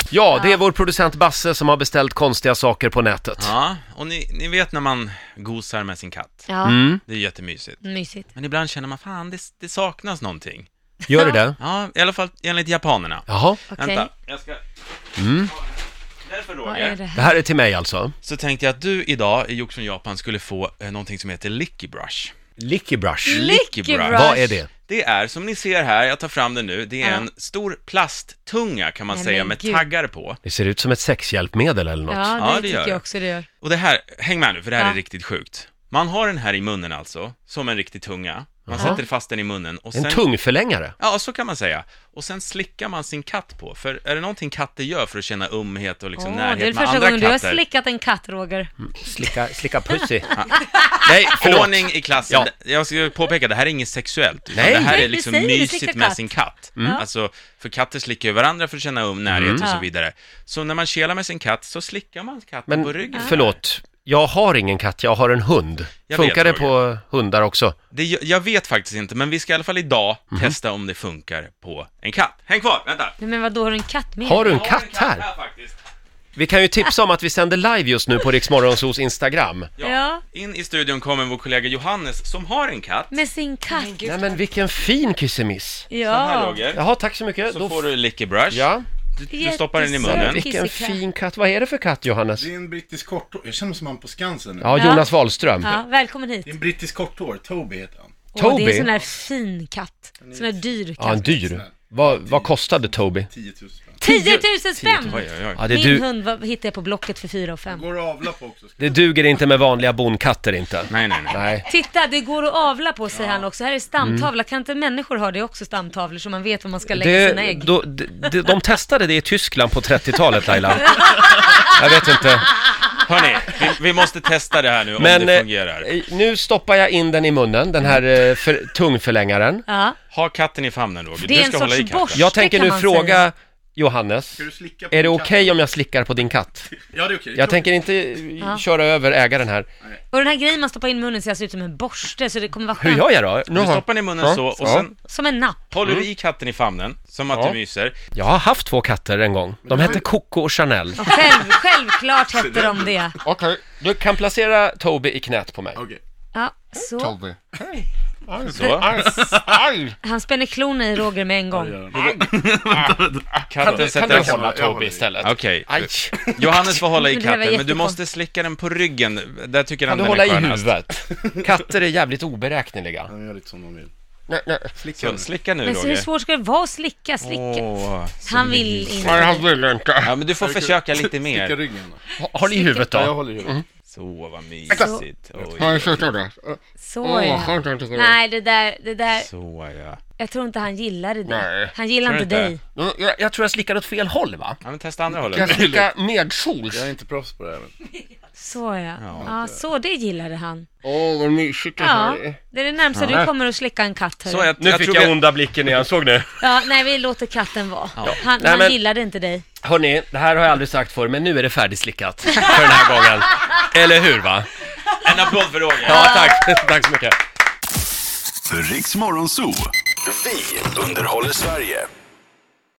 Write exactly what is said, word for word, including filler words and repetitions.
Ja, det är vår producent Basse som har beställt konstiga saker på nätet. Ja, och ni, ni vet när man gosar med sin katt. Ja, Mm. Det är jättemysigt. mysigt. Men ibland känner man, fan, det, det saknas någonting. Gör det det? Ja, i alla fall enligt japanerna. Jaha. Okej. Vänta, jag ska... Mm. Därför, Vad är Roger, det Det här? här är till mig alltså. så tänkte jag att du idag i Jox från Japan skulle få eh, någonting som heter Licky Brush. Licky brush. Licky Brush. brush. Vad är det? Det är, som ni ser här, jag tar fram den nu, det är Ja. en stor plasttunga kan man Nej, säga men med gud. taggar på. Det ser ut som ett sexhjälpmedel eller något. Ja, det, Ja, det tycker gör jag det. också det gör. Och det här, häng med nu för det här Ja. är riktigt sjukt. Man har den här i munnen alltså, som en riktig tunga. Man Jaha. sätter fast den i munnen och En sen... tungförlängare. Ja, så kan man säga. Och sen slickar man sin katt på. För är det någonting katter gör för att känna umhet och liksom Åh, närhet det är med första andra gången du har katter? slickat en katt, Roger. Slicka, slicka pussy. Nej, förlåt. Förordning i klassen. Ja. Jag ska påpeka, det här är inget sexuellt. Utan Nej. det här Nej, är vi liksom säger det, mysigt slicka med katt. sin katt. Mm. Alltså, för katter slickar ju varandra för att känna um närhet Mm. och så Ja. vidare. Så när man kelar med sin katt så slickar man katten Men på ryggen. förlåt, jag har ingen katt, jag har en hund. Jag Funkar vet, det på hundar också? Det, jag vet faktiskt inte, men vi ska i alla fall idag Mhm. testa om det funkar på en katt. Häng kvar, vänta. Men vad då har du en katt med? Har du en Jag har katt här? faktiskt. Vi kan ju tipsa om att vi sänder live just nu på Rix Morgonzos Instagram. Ja. Ja. In i studion kommer vår kollega Johannes som har en katt. Med sin katt? Nej men vilken fin kissemiss. Så här, Ja. Roger. Jaha, tack så mycket. Så Då får du Licky Brush. Ja, Du, du stoppar den i Jättesöt. munnen. vilken Kissekatt. fin katt. Vad är det för katt, Johannes? Det är en brittisk korthår. Jag känner mig som han på Skansen nu. Ja, Ja. Jonas Wahlström. Ja, välkommen hit. Det är en brittisk korthår. Toby heter han. Åh, det är Toby? en sån här fin katt. Sån här dyr katt. Ja, en dyr. Vad, vad kostade Toby? tio tusen spänn. tio tusen spänn! Oj, oj, oj. Ja, det, Min du, hund var, hittade jag på Blocket för fyra och fem. Går att avla på också. det duger inte med vanliga bonkatter inte. Nej, nej, nej. Nej. Titta, det går att avla på, säger han också. Här är stamtavla. Kan inte människor ha det också, stamtavlor, så man vet var man ska lägga sina Det, ägg? då, de, de testade det i Tyskland på trettiotalet, Laila. Jag vet inte. Hörni, vi, vi måste testa det här nu om Men det fungerar. eh, nu stoppar jag in den i munnen, den här eh, för, tungförlängaren. Ja. Ha katten i famnen, Roger. Det är Du en ska hålla sorts i katten. borste. Jag tänker kan nu man fråga säga. Johannes, Ska du slicka på är det din okej katt? om jag slickar på din katt? Ja, det är okej. Jag tänker inte Ja. köra över ägaren här. Och den här grejen man stoppar in i munnen ser alltså ut som en borste, så det kommer vara Hur skönt. gör jag då? Du stoppar den i munnen Ja, så och ja. sen Som en napp. håller du i katten i famnen, som att Ja. du myser. Jag har haft två katter en gång. De hette Coco och Chanel. Och själv, självklart hette de det. Okej. Du kan placera Toby i knät på mig. Okej. Ja, så. Toby. Så. Aj! Han spänner klorna i Roger med en gång. Katten Kan du sätter sig. hålla jag Toby håller i. istället? Okej. Aj! Johannes får hålla i Men det här var katten, men du jättekonstigt. måste slicka den på ryggen. Där tycker Kan han du den hålla är i skönast. huvudet? Katter är jävligt oberäkneliga. Han gör lite som de vill. Nej, nej. Slicka Så, nu. slicka nu, Men så hur Roger. svårt ska det vara att slicka? Slicka. Åh, så Han mysigt. vill inte. Nej, han vill inte. Ja, men du får försöka lite Slicka mer. ryggen då. Håll i huvudet Ja, jag då. håller i huvudet. Så, vad mysigt. Oj, Nej, sluta då. Så Åh, ja. skönt att inte gå. Nej, det där, det där. så ja. Jag tror inte han gillade det. Nej. Han gillar Tror inte du dig. inte? Jag, jag tror jag slickar åt fel håll, va? Ja, men testa andra Jag hållet. slickar medsols. Jag är inte proffs på det här. Men... Så ja. Ja, så det gillade han. Åh, vad mysigt det Ja, här är. det är det närmsta du kommer att slicka en katt. Så hörru. jag, Nu jag fick tror jag vi... onda blicken igen, såg ni? Ja, nej, vi låter katten vara. Han, Nej, han men- gillade inte dig. Hörrni, det här har jag aldrig sagt förr, men nu är det färdigslickat för den här gången. Eller hur, va? En applåd för Roger. Ja, tack. Tack så mycket. Rix Morgonzoo. Vi underhåller Sverige.